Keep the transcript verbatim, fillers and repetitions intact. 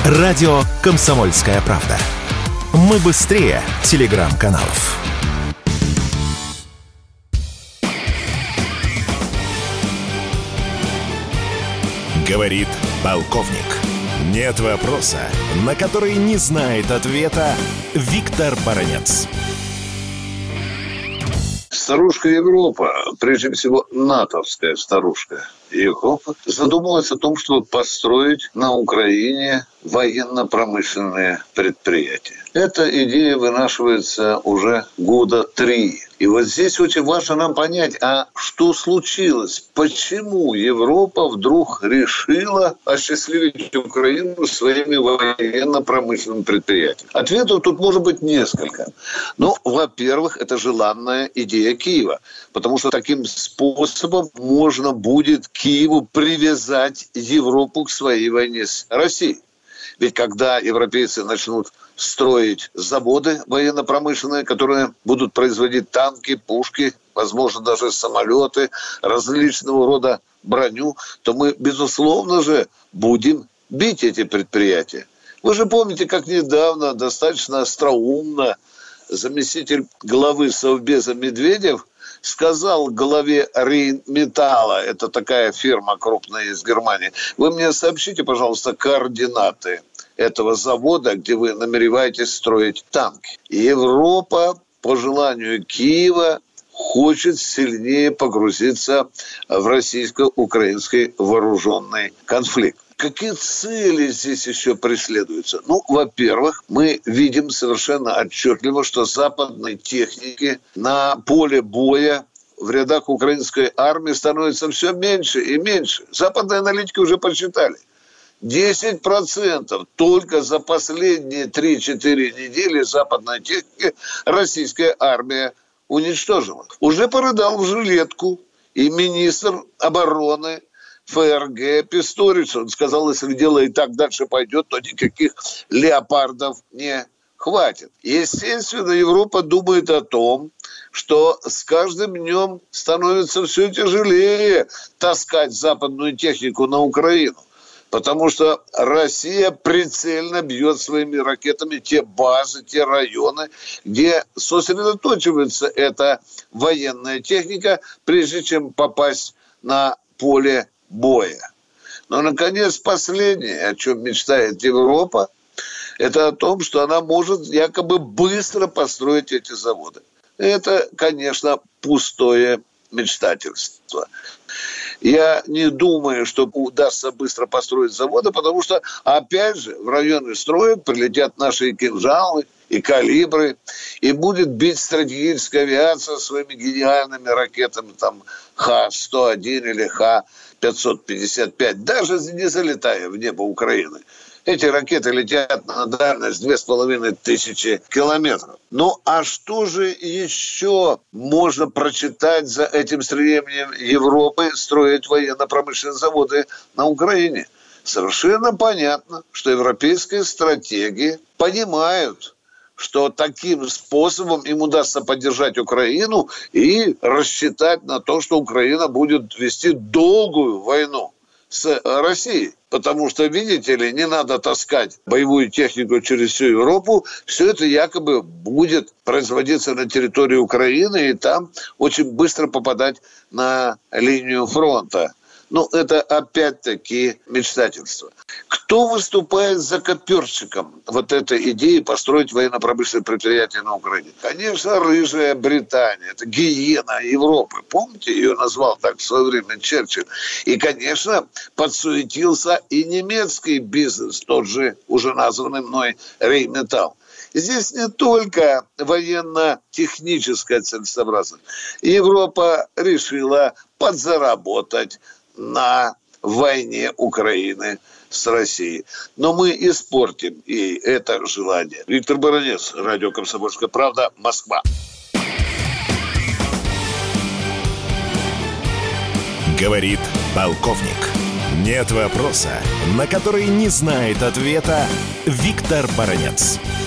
Радио «Комсомольская правда». Мы быстрее телеграм-каналов. Говорит полковник. Нет вопроса, на который не знает ответа Виктор Баранец. Старушка Европа, прежде всего натовская старушка Европа, задумалась о том, чтобы построить на Украине военно-промышленные предприятия. Эта идея вынашивается уже года три. И вот здесь очень важно нам понять, а что случилось? Почему Европа вдруг решила осчастливить Украину своими военно-промышленными предприятиями? Ответов тут может быть несколько. Ну, во-первых, это желанная идея Киева, потому что таким способом можно будет Киеву привязать Европу к своей войне с Россией. Ведь когда европейцы начнут строить заводы военно-промышленные, которые будут производить танки, пушки, возможно, даже самолеты, различного рода броню, то мы, безусловно же, будем бить эти предприятия. Вы же помните, как недавно достаточно остроумно заместитель главы Совбеза Медведев сказал главе Рейнметалла, это такая фирма крупная из Германии: вы мне сообщите, пожалуйста, координаты этого завода, где вы намереваетесь строить танки. Европа, по желанию Киева, хочет сильнее погрузиться в российско-украинский вооруженный конфликт. Какие цели здесь еще преследуются? Ну, во-первых, мы видим совершенно отчетливо, что западной техники на поле боя в рядах украинской армии становится все меньше и меньше. Западные аналитики уже подсчитали. десять процентов только за последние три-четыре недели западной техники российская армия уничтожила. Уже порыдал в жилетку и министр обороны ФРГ Писторич. Он сказал, если дело и так дальше пойдет, то никаких леопардов не хватит. Естественно, Европа думает о том, что с каждым днем становится все тяжелее таскать западную технику на Украину. Потому что Россия прицельно бьет своими ракетами те базы, те районы, где сосредоточивается эта военная техника, прежде чем попасть на поле боя. Но, наконец, последнее, о чем мечтает Европа, это о том, что она может якобы быстро построить эти заводы. Это, конечно, пустое мечтательство. Я не думаю, что удастся быстро построить заводы, потому что, опять же, в районе строек прилетят наши и кинжалы, и калибры, и будет бить стратегическая авиация своими гениальными ракетами, там, Х сто один или Х пятьсот пятьдесят пять, даже не залетая в небо Украины. Эти ракеты летят на дальность две с половиной тысячи километров. Ну, а что же еще можно прочитать за этим стремлением Европы строить военно-промышленные заводы на Украине? Совершенно понятно, что европейские стратеги понимают, что таким способом им удастся поддержать Украину и рассчитать на то, что Украина будет вести долгую войну с Россией. Потому что, видите ли, не надо таскать боевую технику через всю Европу. Все это якобы будет производиться на территории Украины и там очень быстро попадать на линию фронта. Ну, это опять-таки мечтательство. Кто выступает закоперщиком вот этой идеи построить военно-промышленное предприятие на Украине? Конечно, рыжая Британия. Это гиена Европы. Помните, ее назвал так в свое время Черчилль? И, конечно, подсуетился и немецкий бизнес, тот же уже названный мной Рейнметалл. Здесь не только военно-техническая целесообразность. Европа решила подзаработать на войне Украины с Россией. Но мы испортим ей это желание. Виктор Баранец, радио «Комсомольская правда», Москва. Говорит полковник. Нет вопроса, на который не знает ответа Виктор Баранец.